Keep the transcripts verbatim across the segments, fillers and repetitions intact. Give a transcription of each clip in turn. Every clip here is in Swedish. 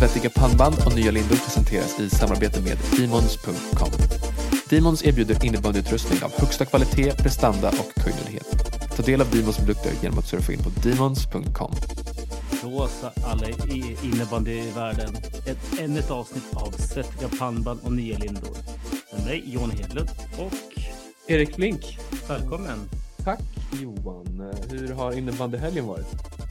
Svettiga pannband och nya lindor presenteras i samarbete med Demons punkt com. Demons erbjuder innebandyutrustning av högsta kvalitet, prestanda och kundlighet. Ta del av Demons produkter genom att surfa in på Demons punkt com. Då så alla i innebandyvärlden. Ett, ännu ett avsnitt av Svettiga pannband och nya lindor. Med mig, Johan Hedlund och Erik Flink. Välkommen. Tack Johan. Hur har innebandyhelgen varit?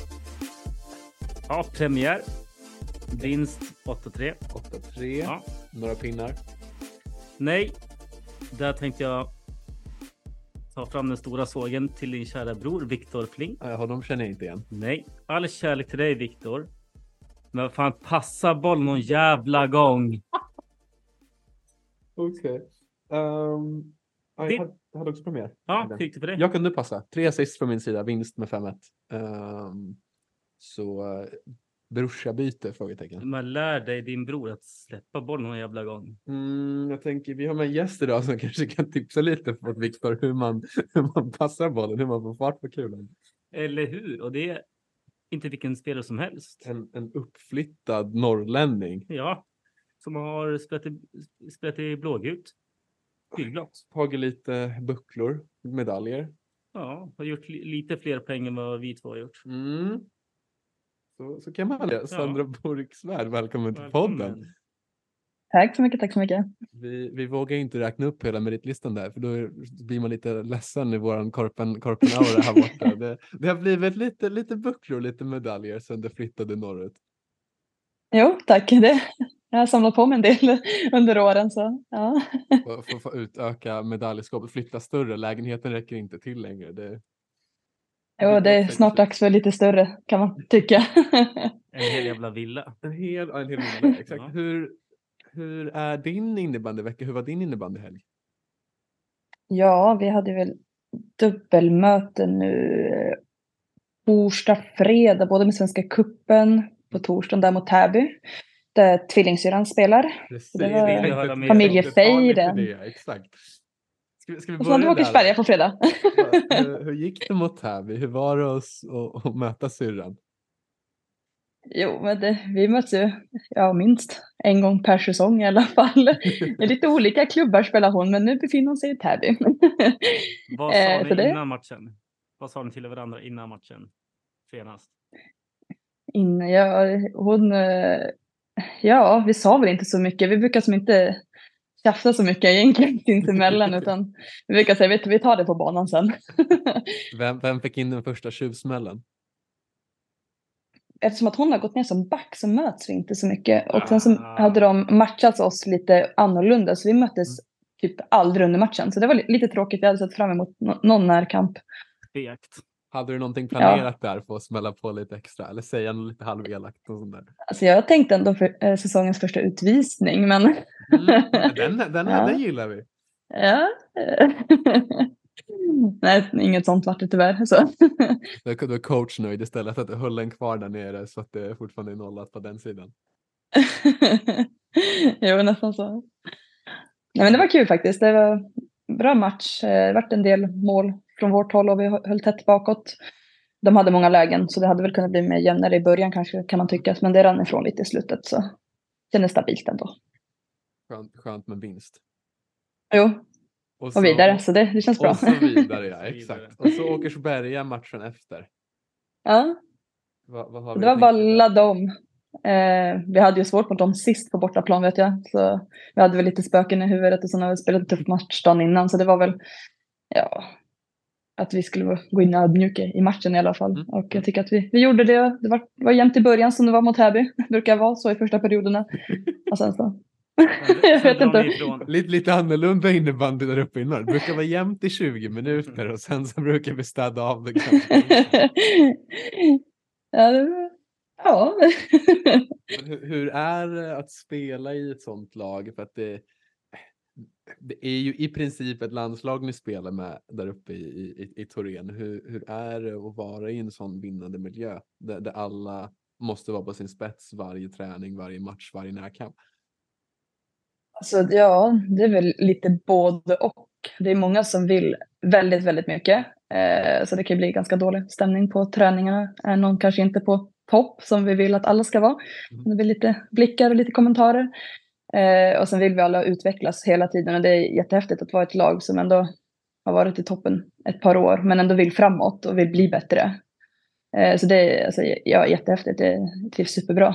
Ja, premiär. Vinst åtta tre. åtta tre. Ja. Några pinnar? Nej, där tänkte jag ta fram den stora sågen till din kära bror Viktor Flink. Ja, honom känner jag inte igen. Nej, all kärlek till dig Viktor. Men vad fan, passa boll någon jävla gång. Okej. Okay. Um, jag Det- hade, jag hade också premiär. Ja, hur gick det för dig? Jag kunde passa. Tre assist från min sida. Vinst med fem ett. Um, så uh, brorsa-byte, frågetecken. Man lär dig din bror att släppa boll någon jävla gång. Mm, jag tänker, vi har med en gäst idag som kanske kan tipsa lite på Viktor hur man, hur man passar bollen, hur man får fart på kulan. Eller hur? Och det är inte vilken spelare som helst. En, en uppflyttad norrlänning. Ja, som har spelat i, spelat i blågult. Fyllblått. Tagit lite bucklor, medaljer. Ja, har gjort li- lite fler poäng än vad vi två har gjort. Mm. Så, så kan man det. Sandra Borksvärd, välkommen till Välkommen. podden. Tack så mycket, tack så mycket. Vi, vi vågar inte räkna upp hela meritlistan där, för då är- blir man lite ledsen i våran korpen, korpen aura här borta. Det, det har blivit lite, lite bucklor, lite medaljer sedan det flyttade norrut. Jo, tack. Det, jag har samlat på mig en del under åren. Så, ja. För, för att få utöka medaljskapet, flytta större. Lägenheten räcker inte till längre. Det, Jo, det är snart dags för lite större, kan man tycka. En hel jävla villa. En hel, ja, en hel villa, exakt. Ja. Hur, hur är din innebandyvecka? Hur var din innebandyhelg? Ja, vi hade väl dubbelmöte nu eh, torsdag, fredag, både med Svenska cupen på torsdagen där mot Täby, där tvillingsyrran spelar. Precis. det var Jag tänkte- familjefejden. familjefejden. Det, Exakt. Ska, vi- ska vi Och så hade vi börja åkt till där? Sverige på fredag. hur, hur gick det mot Täby? Hur var det att, att, att möta syrran? Jo, men det, vi möts ju ja, minst en gång per säsong i alla fall. I lite olika klubbar spelar hon, men nu befinner hon sig i Täby. Vad sa Eh, så ni det- innan matchen? Vad sa ni till varandra innan matchen? Senast. In, ja, hon, eh, ja, vi sa väl inte så mycket. Vi brukar som inte tjafsa så mycket egentligen sinsemellan, utan vi brukar säga vet du, vi tar det på banan sen. Vem, vem fick in den första tjuvsmällen? Eftersom att hon har gått ner som back så möts vi inte så mycket. Och sen så Ah. hade de matchat oss lite annorlunda, så vi möttes typ aldrig under matchen. Så det var li- lite tråkigt. Jag hade sett fram emot no- någon närkamp. Fegt. Hade du någonting planerat där för att smälla på lite extra? Eller säga något lite halvelakt och sånt där? Alltså jag tänkte ändå för eh, säsongens första utvisning, men Mm, den, den, Ja. den gillar vi. ja. Nej, inget sånt vart det tyvärr. Så. Då är- då är coach nöjd istället att du höll en kvar där nere så att det fortfarande är nollat på den sidan. Jo, nästan så. Nej, men det var kul faktiskt. Det var en bra match. Eh, Det vart en del mål från vårt håll och vi höll tätt bakåt. De hade många lägen, så det hade väl kunnat bli mer jämnare i början kanske, kan man tycka. Men det rann ifrån lite i slutet, så det kändes stabilt ändå. Skönt, skönt med vinst. Jo, så- och vidare, så det, det känns bra. Och så vidare, ja. Så vidare. Exakt. Och så Åkersberga matchen efter. Ja, Vad, vad har vi det var tänkt bara där? ladda om. Eh, vi hade ju svårt mot dem sist på bortaplan, vet jag. Så vi hade väl lite spöken i huvudet och så när vi spelade tuff match dagen innan. Så det var väl, ja, att vi skulle gå in ödmjuka i matchen i alla fall. Mm. Och jag tycker att vi, vi gjorde det. Det var, det var jämnt i början som det var mot Täby. Det brukar vara så i första perioderna. Och sen så. Jag vet Sen drar inte. ni ifrån. Lite, lite annorlunda innebandy där uppe i norr. Det brukar vara jämnt i tjugo minuter och sen så brukar vi städa av det ganska. ja, det var, ja. Men hur, hur är det att spela i ett sånt lag? För att det, det är ju i princip ett landslag ni spelar med där uppe i, i, i Torén. Hur, hur är det att vara i en sån vinnande miljö? Där, där alla måste vara på sin spets varje träning, varje match, varje närkamp. Alltså, ja, det är väl lite både och. Det är många som vill väldigt, väldigt mycket. Eh, så det kan bli ganska dålig stämning på träningarna. Är någon kanske inte på topp som vi vill att alla ska vara. Mm. Det blir lite blickar och lite kommentarer. Eh, och sen vill vi alla utvecklas hela tiden och det är jättehäftigt att vara ett lag som ändå har varit i toppen ett par år men ändå vill framåt och vill bli bättre. Eh, så det är alltså, ja, jättehäftigt, det trivs superbra.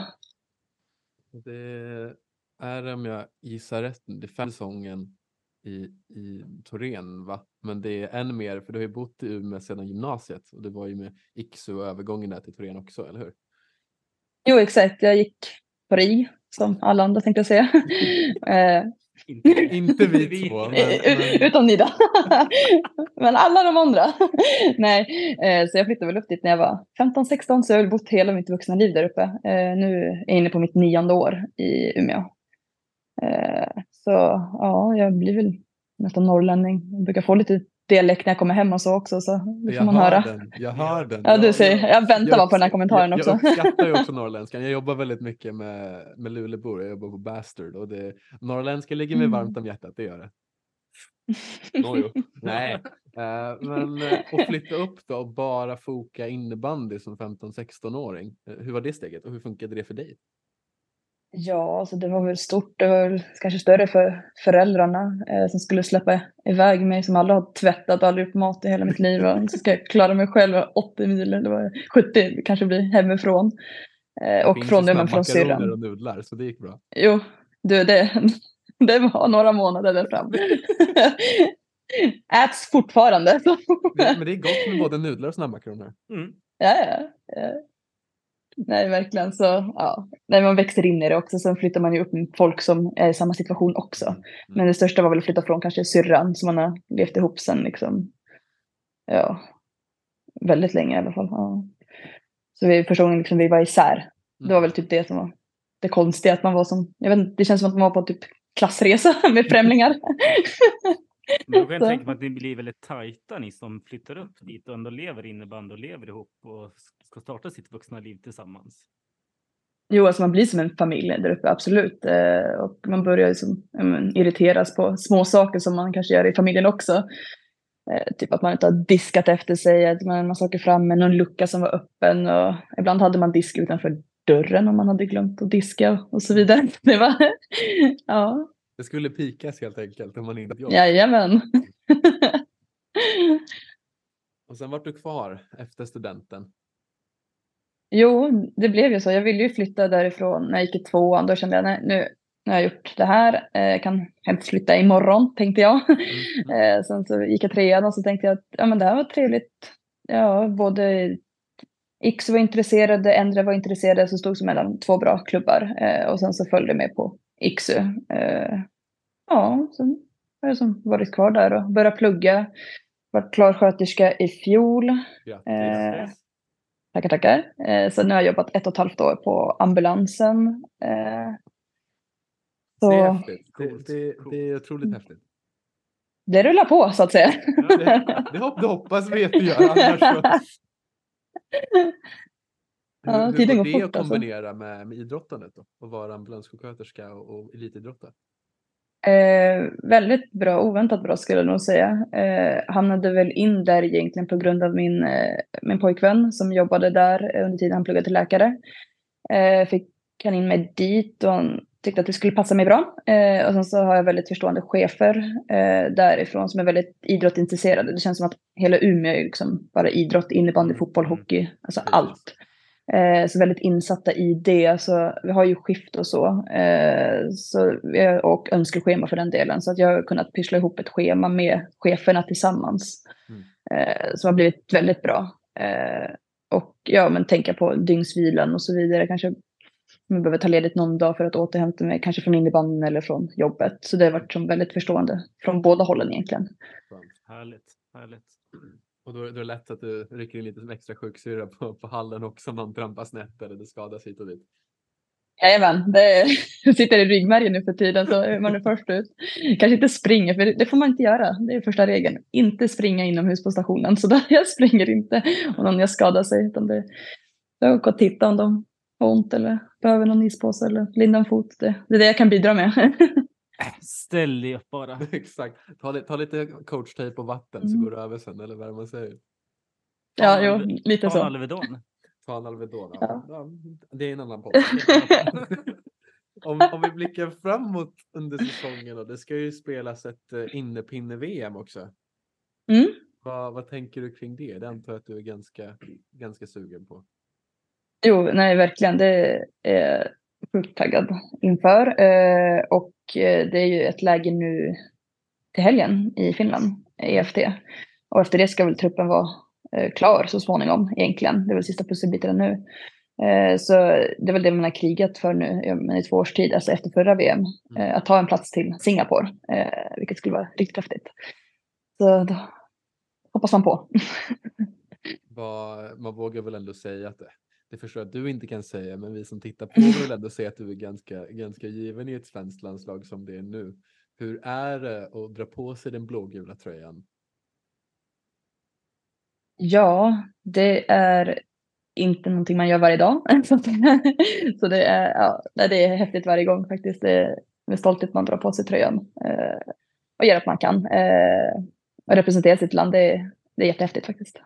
Det är, om jag gissar rätt, det är fem säsongen i, i Torén, va? Men det är än mer, för du har ju bott i Umeå sedan gymnasiet och det var ju med Iksu och övergången där till Torén också, eller hur? Jo, exakt. Jag gick på R I, som alla andra tänkte jag säga. eh, Inte, Inte vi två, men, men... Utom ni då. Men alla de andra. Nej, eh, så jag flyttade väl upp dit när jag var femton sexton, så jag har väl bott hela mitt vuxna liv där uppe. Eh, nu är jag inne på mitt nionde år i Umeå. Eh, så ja, jag blir väl nästan norrlänning. Jag brukar få lite dialekt när jag kommer hem och så också, så det får jag man hör höra. Den, jag hör den. Ja, du ser, jag väntar jag, bara på den här kommentaren jag, också. Jag uppskattar ju också norrländskan. Jag jobbar väldigt mycket med, med Lulebor. Jag jobbar på Bastard och det, norrländska ligger mig Mm. varmt om hjärtat, det gör det. No, jo. Nej, uh, men uh, att flytta upp då och bara foka innebandy som femton sexton-åring. Uh, hur var det steget och hur funkade det för dig? Ja, alltså det var väl stort. Det var väl kanske större för föräldrarna eh, som skulle släppa iväg mig som aldrig har tvättat och aldrig gjort mat i hela mitt liv. Och så ska jag klara mig själv åttio mil, det var sjuttio kanske blir hemifrån. Eh, och från det, men från syrran. Och nudlar, så det gick bra. Jo, du, det, det var några månader där fram. Äts fortfarande. Men, men det är gott med både nudlar och snabbmakaroner. Mm. Ja, ja, ja. Nej, verkligen. Så, ja. Nej, man växer in i det också. Sen flyttar man ju upp med folk som är i samma situation också. Mm. Men det största var väl att flytta från kanske syrran som man har levt ihop sen liksom. Ja, väldigt länge i alla fall. Ja. Så vi första gången liksom vi var isär. Mm. Det var väl typ det som var det konstiga, att man var som, jag vet inte, det känns som att man var på typ klassresa med främlingar. Men jag kan tänka mig att det blir väldigt tajta, ni som flyttar upp dit och ändå lever innebandy och lever ihop och ska starta sitt vuxna liv tillsammans. Jo, alltså man blir som en familj där uppe, absolut. Eh, och man börjar liksom, men, irriteras på små saker som man kanske gör i familjen också. Eh, typ att man inte har diskat efter sig, att man har saker framme, någon lucka som var öppen. Och ibland hade man disk utanför dörren om man hade glömt att diska och så vidare. Det var, ja. Det skulle pikas helt enkelt om man inte jobb. Jajamän. Och sen var du kvar efter studenten. Jo, det blev ju så. Jag ville ju flytta därifrån när jag gick i tvåan. Då kände jag, nej, nu, nu har jag gjort det här. Jag kan helst flytta imorgon, tänkte jag. Mm. Sen så gick jag trean och så tänkte jag att ja, men det här var trevligt. Ja, både X var intresserade, Endre var intresserade, så stod som mellan två bra klubbar. Och sen så följde jag med på X U. Ja, sen har jag som varit kvar där och börjat plugga. Var klar sköterska i fjol. Ja, eh, tackar, tackar. Eh, så nu har jag jobbat ett och ett halvt år på ambulansen. Eh, så det är häftigt. Det, det, det är otroligt häftigt. Det rullar på, så att säga. Ja, det, det, hopp, det hoppas vi att du gör. Annars så... Ja, hur tiden hur går går det fort, att alltså. kombinera med, med idrottandet då? Och vara ambulanssjuksköterska och, och elitidrottare? Eh, väldigt bra, oväntat bra skulle jag nog säga. Eh, hamnade väl in där egentligen på grund av min, eh, min pojkvän som jobbade där under tiden han pluggade till läkare. Eh, fick han in mig dit och han tyckte att det skulle passa mig bra. Eh, och sen så har jag väldigt förstående chefer eh, därifrån som är väldigt idrottintresserade. Det känns som att hela Umeå är liksom bara idrott, innebandy, fotboll, hockey, alltså allt. Eh, så väldigt insatta i det. Så vi har ju skift och så. Eh, så och önskeschema för den delen. Så att jag har kunnat pyssla ihop ett schema med cheferna tillsammans. Mm. Eh, som har blivit väldigt bra. Eh, och ja, men tänka på dygnsvilan och så vidare. Kanske man behöver ta ledigt någon dag för att återhämta mig. Kanske från innebandyn eller från jobbet. Så det har varit som väldigt förstående från båda hållen egentligen. Härligt, härligt. Och då, då är det lätt att du rycker in lite som extra sjuksyra på, på hallen också om någon trampar snett eller det skadas hit och dit. Jajamän, det sitter i ryggmärgen nu för tiden så är man är först ut. Kanske inte springer, för det får man inte göra. Det är första regeln. Inte springa inomhus på stationen. Så där jag springer inte om någon jag skadar sig. Utan det, jag går och titta om de har ont eller behöver någon ispåse eller linda en fot. Det, det är det jag kan bidra med. Ställ dig upp bara. Exakt. Ta, ta lite coachtejp och vatten mm. så går det över sen, eller vad man säger. Ja, jo, lite så. Alvedon. Ta en Alvedon. Ja. Ja, det är en annan podd. om, om vi blickar framåt under säsongen. Och det ska ju spelas ett uh, innepinne-V M också. Mm. Vad, vad tänker du kring det? Det antar jag att du är ganska, ganska sugen på. Jo, nej verkligen. Det är sjukt taggad inför. Eh, och eh, det är ju ett läge nu till helgen i Finland, E F T. Och efter det ska väl truppen vara eh, klar så småningom egentligen. Det är väl sista pusselbiten nu. Eh, så det är väl det man har krigat för nu i två års tid, alltså efter förra V M. Eh, att ta en plats till Singapore, eh, vilket skulle vara riktigt häftigt. Så då hoppas man på. Vad, man vågar väl ändå säga att det, det förstår jag att du inte kan säga, men vi som tittar på vill ändå säga att du är ganska, ganska given i ett svenskt landslag som det är nu. Hur är det att dra på sig den blågula tröjan? Ja, det är inte någonting man gör varje dag. Så det är, ja, det är häftigt varje gång faktiskt. Det är med stolthet man drar på sig tröjan eh, och gör att man kan. Eh, och representera sitt land, det är, det är jättehäftigt faktiskt.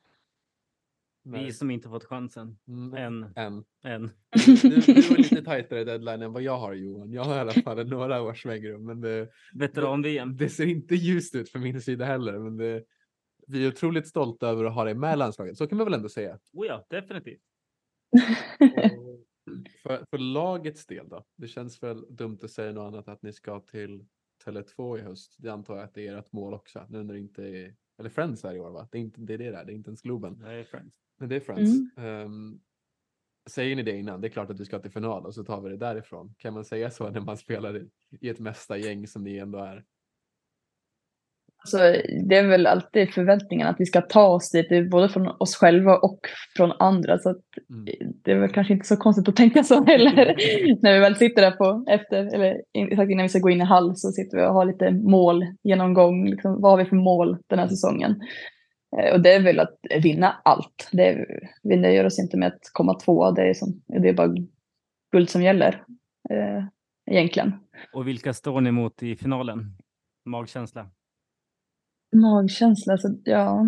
Vi som inte fått chansen. Mm, Än. än. Än. Du, du, du är lite tajtare deadline än vad jag har, Johan. Jag har i alla fall några års svängrum. Men det, Veteran-V M. det ser inte ljust ut för min sida heller. Men det, vi är otroligt stolta över att ha dig med i landslaget. Så kan man väl ändå säga. Oh ja, definitivt. Och för, för lagets del då? Det känns väl dumt att säga något annat att ni ska till Tele två i höst. Det antar jag att det är ert mål också. Nu när det inte är... Eller Friends här i år, va? Det är inte det, är det där. Det är inte ens Globen. Det är Friends. Men det är Friends. Mm. Um, säger ni det innan? Det är klart att vi ska till final och så tar vi det därifrån. Kan man säga så när man spelar i, i ett mästargäng som ni ändå är? Alltså, det är väl alltid förväntningen att vi ska ta oss dit, både från oss själva och från andra. Så att Mm. det är väl kanske inte så konstigt att tänka så heller. När vi väl sitter där på efter, eller innan vi ska gå in i hall, så sitter vi och har lite mål genomgång. Liksom, vad har vi för mål den här säsongen? Eh, och det är väl att vinna allt. Det, är, vi nöjer oss inte med att komma två. Det är, som, det är bara guld som gäller eh, egentligen. Och vilka står ni mot i finalen? Magkänsla? Magkänsla, så ja.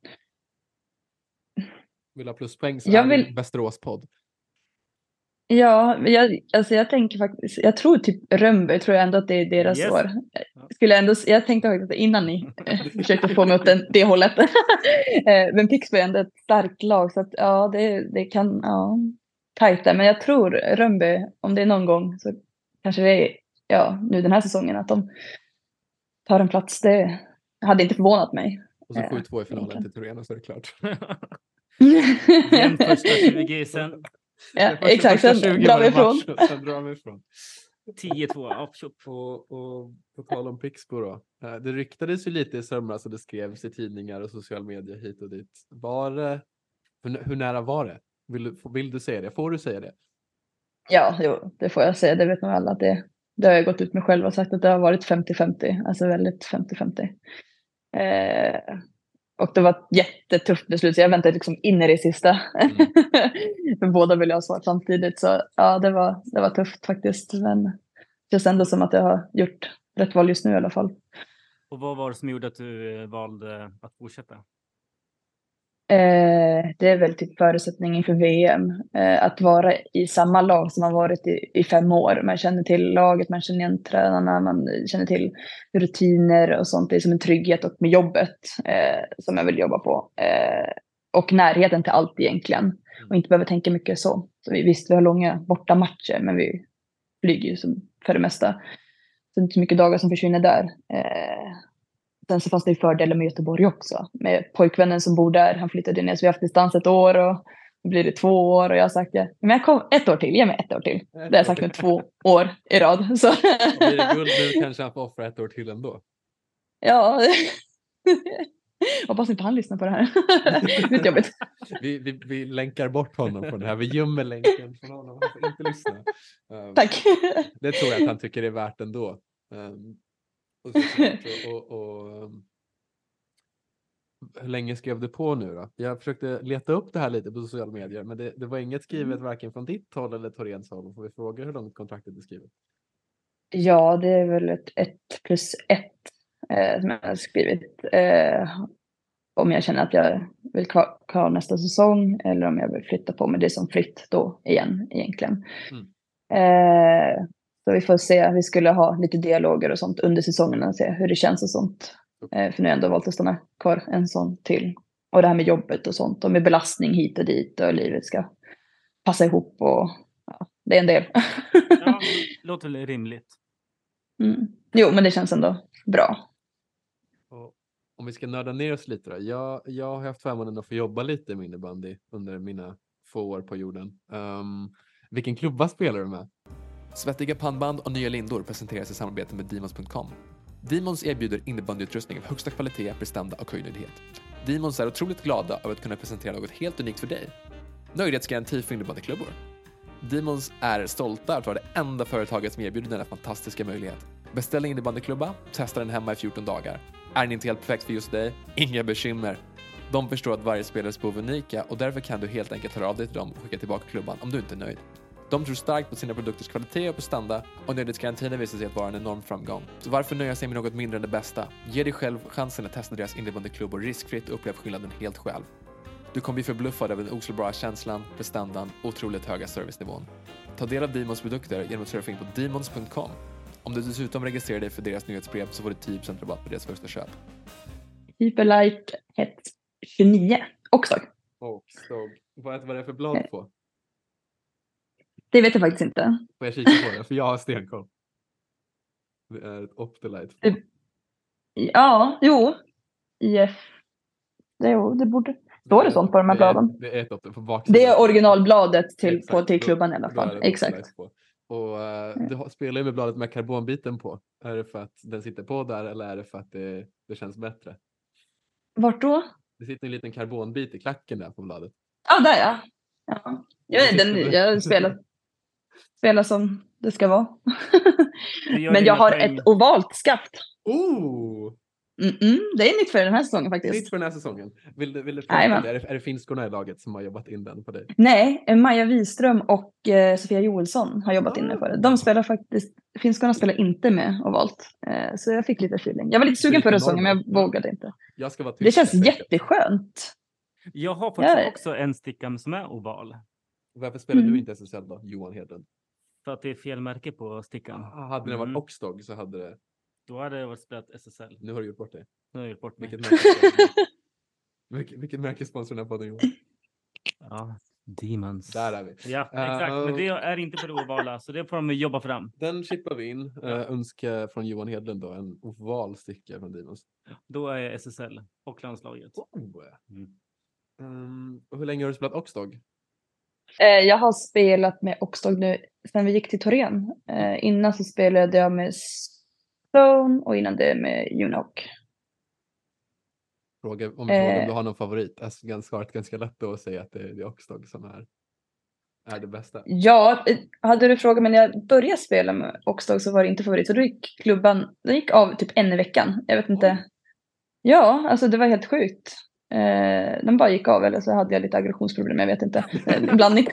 Vill ha pluspoäng så Jag är vill- det Västerås-podd. Ja, men jag, alltså jag tänker faktiskt, jag tror typ Rönnby, tror jag ändå att det är deras Yes. år. Skulle ändå, jag tänkte faktiskt att innan ni eh, försökte få mig åt den, det hållet. Eh, men Pixbo är ändå ett starkt lag, så att ja, det, det kan, ja, tajta. Men jag tror Rönnby, om det är någon gång, så kanske det är, ja, nu den här säsongen, att de tar en plats. Det hade inte förvånat mig. Och så Eh, sju två i finalen egentligen. till Torén så är det klart. Jämnt första tjugo, sen Ja, Första- exakt, första sen tjugo drar var vi det ifrån. match, och sen drar vi ifrån. tio två. Ja, tjopp. Och, och på tal om Pixbo då. eh, Det ryktades ju lite i somras och det skrevs i tidningar och social media hit och dit. Var det, hur, hur nära var det? Vill du, vill du säga det? Får du säga det? Ja, jo, det får jag säga. Det vet nog alla att det, det har jag gått ut med själv och sagt att det har varit femtio femtio. Alltså väldigt femtio femtio. Eh, och det var ett jättetufft beslut. Så jag väntade liksom in i det sista. Mm. För båda ville ha svar samtidigt. Så ja, det var, det var tufft faktiskt. Men det känns ändå som att jag har gjort rätt val just nu i alla fall. Och vad var det som gjorde att du eh, valde att fortsätta? Eh, det är väl typ förutsättningen för V M. Eh, att vara i samma lag som man varit i, i fem år. Man känner till laget, man känner igen tränarna, man känner till rutiner och sånt. Det är som en trygghet och med jobbet eh, som jag vill jobba på. Eh, och närheten till allt egentligen. Och inte behöver tänka mycket så. så vi, visst, vi har långa borta matcher, men vi flyger ju som för det mesta. Så det är inte så mycket dagar som försvinner där. Eh, Sen så fanns det ju fördelar med Göteborg också. Med pojkvännen som bor där. Han flyttade ner, så vi har haft distans ett år. Och då blir det två år. Och jag har sagt ja, men jag kom ett år till. Ge mig ett år till. Det har jag sagt nu två år i rad. Så. Och blir det guld nu kanske han får offra ett år till ändå. Ja. Hoppas inte han lyssnar på det här. Det är jobbigt. Vi, vi, vi länkar bort honom från det här. Vi gömmer länken från honom. Han får inte lyssna. Um, Tack. Det tror jag att han tycker är värt ändå. Um, och, och, och, och, um, hur länge skrev du på nu då? Jag försökte leta upp det här lite på sociala medier. Men det, det var inget skrivet Mm. varken från ditt håll eller Toréns håll. Får vi fråga hur långt kontraktet är skrivet? Ja, det är väl ett ett plus ett eh, som jag har skrivit. Eh, om jag känner att jag vill kvar, kvar nästa säsong eller om jag vill flytta på mig det som flytt då igen egentligen. Mm. Eh, så vi får se, vi skulle ha lite dialoger och sånt under säsongen och se hur det känns och sånt. Eh, för nu har jag ändå valt att stanna kvar en sån till. Och det här med jobbet och sånt och med belastning hit och dit och livet ska passa ihop och ja, det är en del. Ja, det låter väl rimligt. Mm. Jo, men det känns ändå bra. Och om vi ska nörda ner oss lite då. Jag, jag har haft förmånen att få jobba lite med innebandy under mina få år på jorden. Um, vilken klubba spelar du med? Svettiga pannband och nya lindor presenteras i samarbete med Demons punkt com. Demons erbjuder innebandyutrustning av högsta kvalitet, prestanda och höjdnöjdhet. Demons är otroligt glada över att kunna presentera något helt unikt för dig. Nöjdhetsgaranti för innebandyklubbor. Demons är stolta att vara det enda företaget som erbjuder denna fantastiska möjlighet. Beställ en innebandyklubba, testa den hemma i fjorton dagar. Är den inte helt perfekt för just dig? Inga bekymmer. De förstår att varje spelares behov är unika och därför kan du helt enkelt höra av dig till dem och skicka tillbaka klubban om du inte är nöjd. De tror starkt på sina produkters kvalitet och prestanda och nöjdhetsgarantierna visar sig att vara en enorm framgång. Så varför nöja sig med något mindre än det bästa? Ge dig själv chansen att testa deras innebandyklubbor riskfritt och uppleva skillnaden helt själv. Du kommer bli förbluffad av den oslagbara känslan, prestandan och otroligt höga servicenivån. Ta del av Demons produkter genom att surfa in på demons punkt com. Om du dessutom registrerar dig för deras nyhetsbrev så får du tio procent rabatt på deras första köp. Hyperlight ett tjugonio också. Och stod. Vad är det för blad på? Det vet jag faktiskt inte. Får jag kika på det? För jag har stenkoll. Det är ett Optolite. Det, ja, jo. I F. Det, jo, det borde... Står det sånt på de här det är, bladen? Det är ett Optolite på baksidan. Det är originalbladet till, Exakt, på, till då- klubban i alla då är fall. det ett Exakt. Optolite på. Och uh, du har- spelar ju med bladet med karbonbiten på. Är det för att den sitter på där eller är det för att det, det känns bättre? Vart då? Det sitter en liten karbonbit i klacken där på bladet. Ja, där ja. ja. Jag, Det den, sitter- jag spelar, spelar som det ska vara. Du gör Men dina jag har poäng. ett ovalt skaft. Oh! Mm-mm. Det är nytt för den här säsongen Nytt faktiskt. för den här säsongen. Vill du, vill du prata Jajamän. om det? Är det? Är det finskorna i laget som har jobbat in den på dig? Nej, Maja Wiström och eh, Sofia Joelsson har jobbat Ah. inne för det. De spelar faktiskt, finskorna spelar inte med ovalt. Eh, så jag fick lite feeling. Jag var lite sugen förra säsongen men jag vågade inte. Jag ska vara Det tyst, känns helt enkelt. jätteskönt. Jag har faktiskt Ja. också en sticka som är oval. Varför spelar Mm. du inte S S L då, Johan Hedlund? För att det är fel märke på stickan. Ah, hade det varit Mm. Oxdog så hade det... Då hade det varit spelat S S L. Nu har du gjort bort det. Nu har jag gjort bort mig. Vilket märke, vilket, vilket märke sponsrar den här podden, Johan? Ja, Demons. Där är vi. Ja, exakt. Uh, Men det är inte på det ovala, så det får de jobba fram. Den chippar vi in. Uh, önska från Johan Hedlund då. En oval sticka från Demons. Då är jag S S L och landslaget. Oh. Mm. Um, och hur länge har du spelat Oxdog? Eh, jag har spelat med Oxdog nu sen vi gick till Torén. Eh, innan så spelade jag med Stone och innan det med Unhawk. Fråga, om du frågar om Eh. du har någon favorit. Alltså, ganska, svaret ganska lätt då att säga att det är, det är Oxdog som är, är det bästa. Ja, eh, hade du frågat mig när jag började spela med Oxdog så var det inte favorit. Så då gick klubban, den gick av typ en i veckan. Jag vet inte. Ja, alltså det var helt sjukt. Eh, den bara gick av eller så hade jag lite aggressionsproblem, jag vet inte. Eh, En blandning.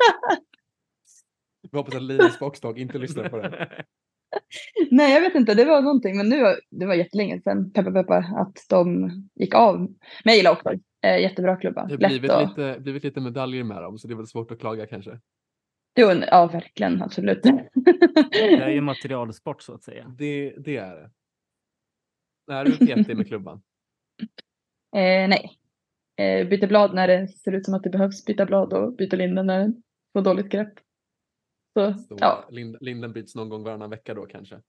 Vi hoppas att Linus på Oxdog inte lyssnar på det. Nej, jag vet inte. Det var någonting. Men nu var, det var jättelänge sedan, peppar peppar, att de gick av. Men jag gillar Oxford. Eh, jättebra klubba. Det har Lätt blivit, och... lite, blivit lite medaljer med dem så det är väl svårt att klaga kanske. Jo, ja, verkligen. Absolut. Det är ju materialsport så att säga. Det, det är det. Är du petig med klubban? Eh, nej. Eh, byter blad när det ser ut som att det behövs byta blad och byter linden när det får dåligt grepp. Så, Så ja. lind, linden byts någon gång varannan vecka då kanske.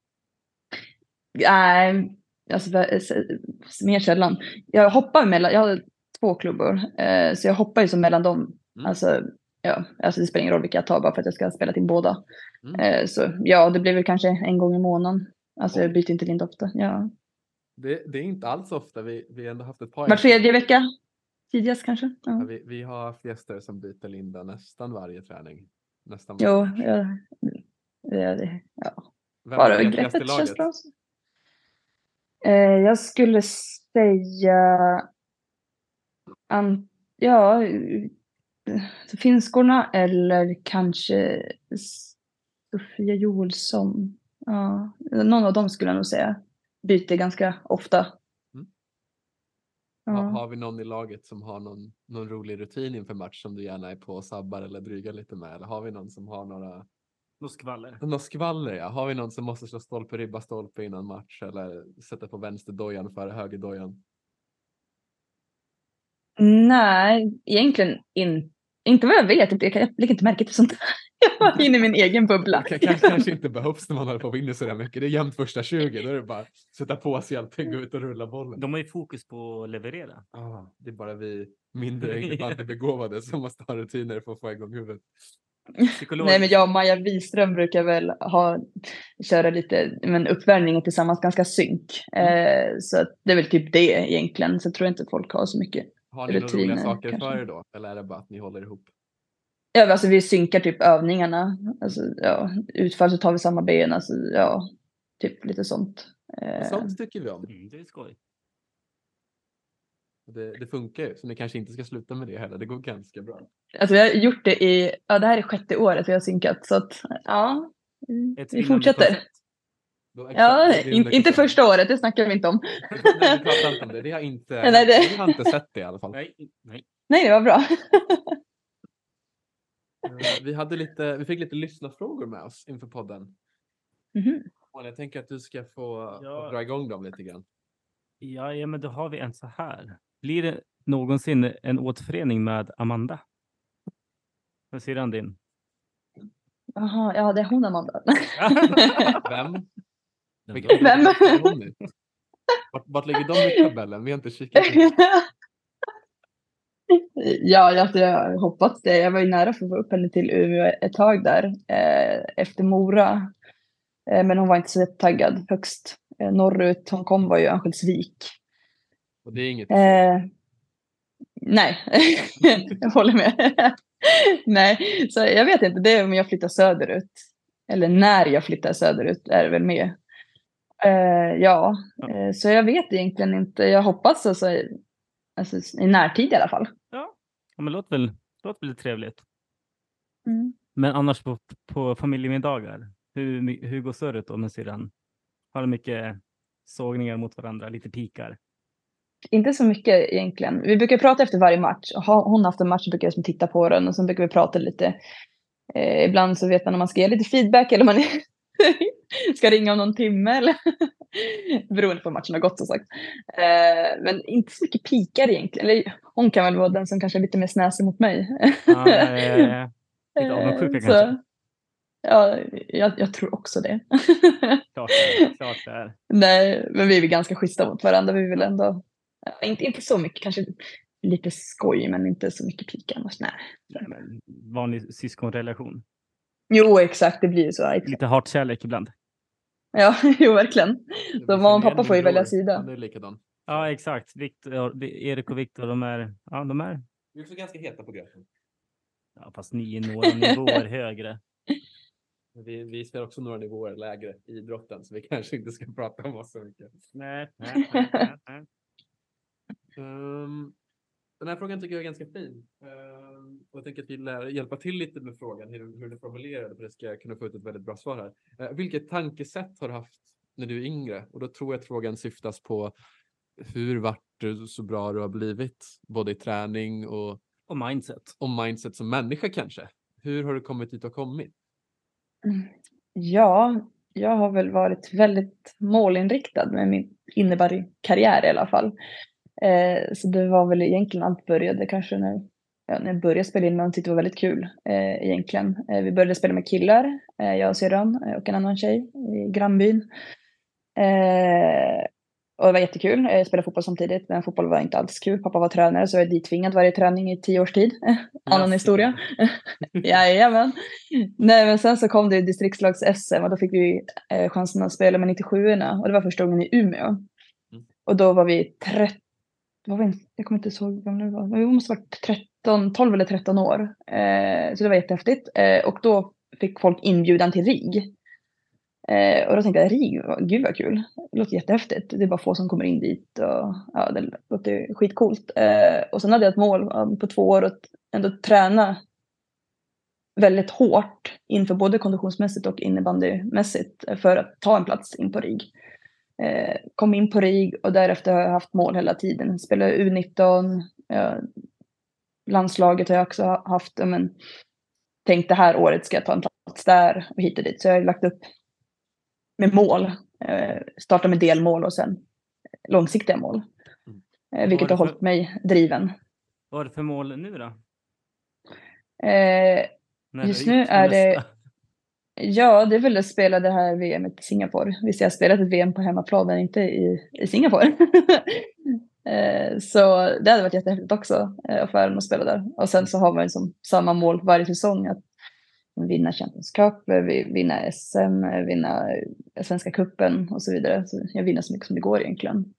Nej, alltså vä- s- mer sällan. Jag hoppar mellan, jag har två klubbor. Eh, så jag hoppar ju som mellan dem. Mm. Alltså, ja, alltså det spelar ingen roll vilka jag tar bara för att jag ska spela till båda. Mm. Eh, så ja, det blir väl kanske en gång i månaden. Alltså jag byter inte lind ofta. Ja. Det, det är inte alls ofta. Vi vi har ändå haft ett par. Var tredje vecka. Tidigast kanske. Ja, Ja. vi, vi har haft gäster som byter linda nästan varje träning. Nästan Jo, varje. ja. Ja, det, ja. Vem Bara är greppast i greppet känns laget? bra. Eh, jag skulle säga an, ja, eh, finskorna eller kanske Sofia Joelsson. Ja, någon av dem skulle jag nog säga. Byter ganska ofta. Mm. Ja. Ha, har vi någon i laget som har någon, någon rolig rutin inför match som du gärna är på och sabbar eller drygar lite med? Eller har vi någon som har några... Något skvaller. Något skvaller, ja. Har vi någon som måste slå stolpe, ribba stolpe innan match eller sätta på vänsterdojan före högerdojan? Nej, egentligen in, inte vad jag vet. Jag, jag lägger inte märke till sånt. Jag var inne i min egen bubbla. Det kanske, kanske inte behövs när man håller på att vinna så där mycket. Det är jämnt första tjugo, då är det bara sätta på sig allting, gå ut och rulla bollen. De har ju fokus på att leverera. Ah, det är bara vi mindre enkelt begåvade som måste ha rutiner för att få igång huvudet. Nej, men jag och Maja Wiström brukar väl ha köra lite men uppvärmningen tillsammans, ganska synk. Eh, så att det är väl typ det egentligen. Så jag tror inte att folk har så mycket. Har ni några rutiner, roliga saker kanske. för er då? Eller är det bara att ni håller ihop? Ja, alltså vi synkar typ övningarna. Alltså, ja, utfall så tar vi samma ben. Alltså, ja, typ lite sånt. Eh, Sånt tycker vi om. Mm, det är skoj. Det, det funkar ju, så ni kanske inte ska sluta med det heller. Det går ganska bra. alltså vi har gjort det i, ja det här är sjätte året vi har synkat. Så att, ja, Ett vi vinnande fortsätter. koncept. Då, exakt, Ja, det är in, under- inte första året, det snackar vi inte om. Nej, vi pratar inte om det. Det har inte, Nej, det- vi har inte sett det i alla fall. Nej, nej. Nej, det var bra. Eh, Vi, hade lite, vi fick lite lyssnarfrågor med oss inför podden. Mhm. Och jag tänker att du ska få, Ja. få dra igång dem lite grann. Ja, ja, men då har vi en så här. Blir det någonsin en återförening med Amanda? Vad säger han din? Jaha, ja det är hon Amanda. Vem? Vem? Vart, vart ligger de i tabellen? Vi har inte kikat. på det. Ja, alltså jag hoppas det. Jag var ju nära för att få upp henne till Umeå ett tag där. Eh, efter Mora. Eh, men hon var inte så taggad. Högst eh, norrut hon kom var ju Örnsköldsvik. Och det är inget. Eh, nej, jag håller med. Nej, så jag vet inte. Det är om jag flyttar söderut. Eller när jag flyttar söderut är det väl med. Eh, ja, eh, så jag vet egentligen inte. Jag hoppas alltså, alltså i närtid i alla fall. Ja, men låt väl, låt väl trevligt. Mm. Men annars på, på familjemiddagar, hur, my- hur går surret då med syrran? Har de mycket sågningar mot varandra, lite pikar? Inte så mycket egentligen. Vi brukar prata efter varje match. Och har hon haft en match så brukar jag som titta på den. Och sen brukar vi prata lite. Eh, ibland så vet man om man ska ge lite feedback. Eller om man ska ringa om någon timme. Eller beroende på hur matchen har gått som sagt. Eh, men inte så mycket pikar egentligen. Eller, hon kan väl vara den som kanske är lite mer snäsig mot mig. Ja, ja, ja, ja. Lite avundsjuka Eh, kanske. så, ja, jag, jag tror också det. Klart det är. Klart det är. Nej, men vi är väl ganska schyssta mot varandra. Vi vill ändå, ja, inte, inte så mycket, kanske lite skoj, men inte så mycket pika annars. Nej. Nej, men vanlig syskonrelation. Jo, exakt, det blir ju så. Lite hatkärlek ibland. Ja, jo, verkligen. Så mamma och pappa får ju välja Han sida. är likadan. Ja, exakt. Victor, Erik och Viktor, de är, ja, de är, Vi är också ganska heta på gröten. ja, fast ni är några nivåer högre. Vi, vi spelar också några nivåer lägre i idrotten, så vi kanske inte ska prata om oss så mycket. Nej, nej, nej, nej, nej. Um, den här frågan tycker jag är ganska fin. Um, och jag tänker att vi lär hjälpa till lite med frågan, hur, hur du formulerar det, för det ska jag kunna få ut ett väldigt bra svar här. Uh, vilket tankesätt har du haft när du är yngre? Och då tror jag att frågan syftas på hur vart du så bra du har blivit, både i träning och, Och mindset. och mindset som människa kanske. Hur har du kommit dit och kommit? Ja, jag har väl varit väldigt målinriktad med min innebandykarriär i alla fall. Eh, så det var väl egentligen allt började kanske när, ja, när jag började spela innan, tyckte det var väldigt kul eh, egentligen. Eh, vi började spela med killar, eh, jag och syrran och en annan tjej i grannbyn. Eh, och det var jättekul. Jag spelade fotboll samtidigt, men fotboll var inte alls kul. Pappa var tränare så jag var dittvingad varje träning i tio års tid. Annan historia. Jajamän. Nej, men sen så kom det distriktslags-S M och då fick vi eh, chansen att spela med nittiosjuorna. Och det var första gången i Umeå. Mm. Och då var vi tretton, var vi, jag kommer inte ihåg hur gamla vi var. Men vi måste ha varit tretton, tolv eller tretton år. Eh, så det var jättehäftigt. Eh, och då fick folk inbjudan till R I G. Eh, och då tänkte jag, R I G, gud vad kul. Det låter jättehäftigt. Det är bara få som kommer in dit. Och, ja, det låter skitcoolt. Eh, och sen hade jag ett mål um, på två år att ändå träna väldigt hårt inför både konditionsmässigt och innebandymässigt för att ta en plats in på R I G. Eh, kom in på R I G och därefter har jag haft mål hela tiden. Spelade U nitton, eh, landslaget har jag också haft. Men tänkt det här året ska jag ta en plats där och hit och dit. Så jag har lagt upp med mål. Eh, starta med delmål och sen långsiktiga mål. Eh, vilket har för... hållit mig driven. Vad är det för mål nu då? Eh, just nu är det... Ja, det är väl att spela det här V M i Singapore. Visst, jag har spelat ett V M på hemmaplan, men inte i, i Singapore. eh, så det hade varit jättehäftigt också eh, att få äran att spela där. Och sen så har man liksom samma mål varje säsong. Att vinna Champions Cup, vinna S M, vinna Svenska cupen och så vidare. Så jag vinner så mycket som det går egentligen.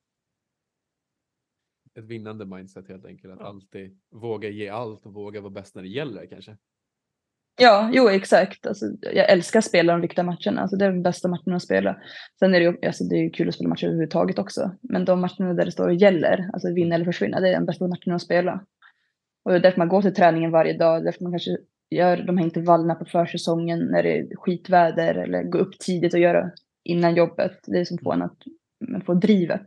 Ett vinnande mindset helt enkelt. Att ja. alltid våga ge allt och våga vara bäst när det gäller kanske. Ja, jo exakt. Alltså, jag älskar att spela de viktiga matcherna. Alltså, det är de bästa matcherna att spela. Sen är det ju alltså, det är ju kul att spela matcher överhuvudtaget också. Men de matcherna där det står och gäller, alltså vinna eller försvinna, det är de bästa matcherna att spela. Och det är därför man går till träningen varje dag. Därför man kanske gör de här intervallerna på försäsongen när det är skitväder. Eller gå upp tidigt och göra innan jobbet. Det är som får en att man får drivet.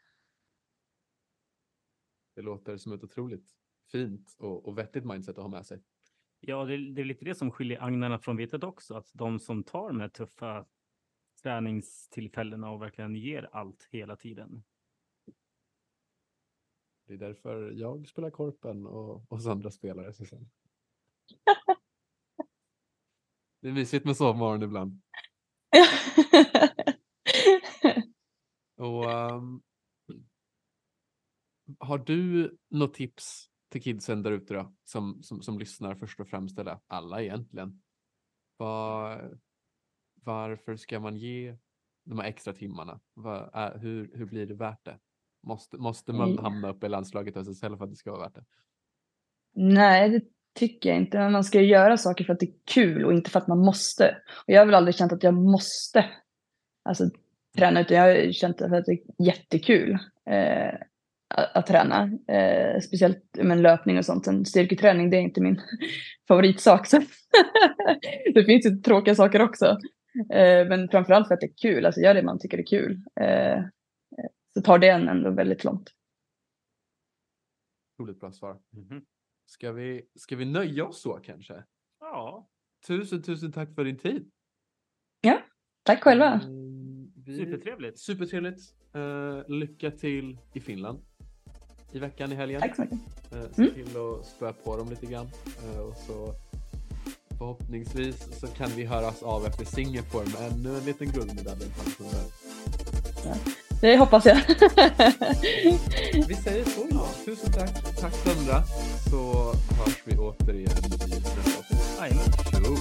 Det låter som ett otroligt fint och, och vettigt mindset att ha med sig. Ja, det, det är lite det som skiljer agnarna från vetet också. Att de som tar de här tuffa träningstillfällena och verkligen ger allt hela tiden. Det är därför jag spelar korpen och hos andra spelare. Så sen. Det är mysigt med sovmorgon ibland. och um, har du något tips till kidsen där ute då, som, som, som lyssnar först och främst, eller alla egentligen? Var, varför ska man ge de här extra timmarna? Var, är, hur, hur blir det värt det? Måste, måste man mm. hamna upp i landslaget av sig själv för att det ska vara värt det? Nej, det tycker jag inte. Man ska göra saker för att det är kul och inte för att man måste. Och jag har väl aldrig känt att jag måste alltså, träna, utan jag har känt att det är jättekul. Eh, att träna, eh, speciellt med löpning och sånt. En styrketräning, det är inte min favoritsak. Så det finns ju tråkiga saker också. Eh, men framförallt för att det är kul. Alltså gör det man tycker är kul. Eh, så tar det en ändå väldigt långt. Roligt bra svar. Mm-hmm. Ska vi, ska vi nöja oss så kanske? Ja. Tusen, tusen tack för din tid. Ja, tack själva. Mm, vi... Supertrevligt. Supertrevligt. Uh, lycka till i Finland i veckan, i helgen. Tack så mycket. Uh, se mm. till att spöa på dem lite grann. Uh, och så förhoppningsvis så kan vi höras av efter Singapore med ännu en liten guldmedalj. Ja, det hoppas jag. Vi säger så, ja. Tusen tack. Tack Sandra. Så hörs vi återigen i nästa avsnitt. Jajamän.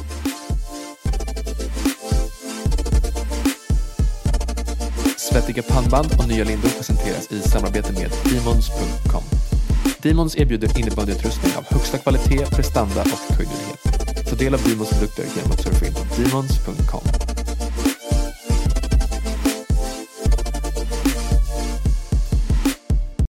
Svettiga pannband och nya lindor presenteras i samarbete med Demons punkt com. Demons erbjuder innebandyutrustning av högsta kvalitet, prestanda och höjdlighet. Ta del av Demons produkter genom att surfa in på Demons punkt com.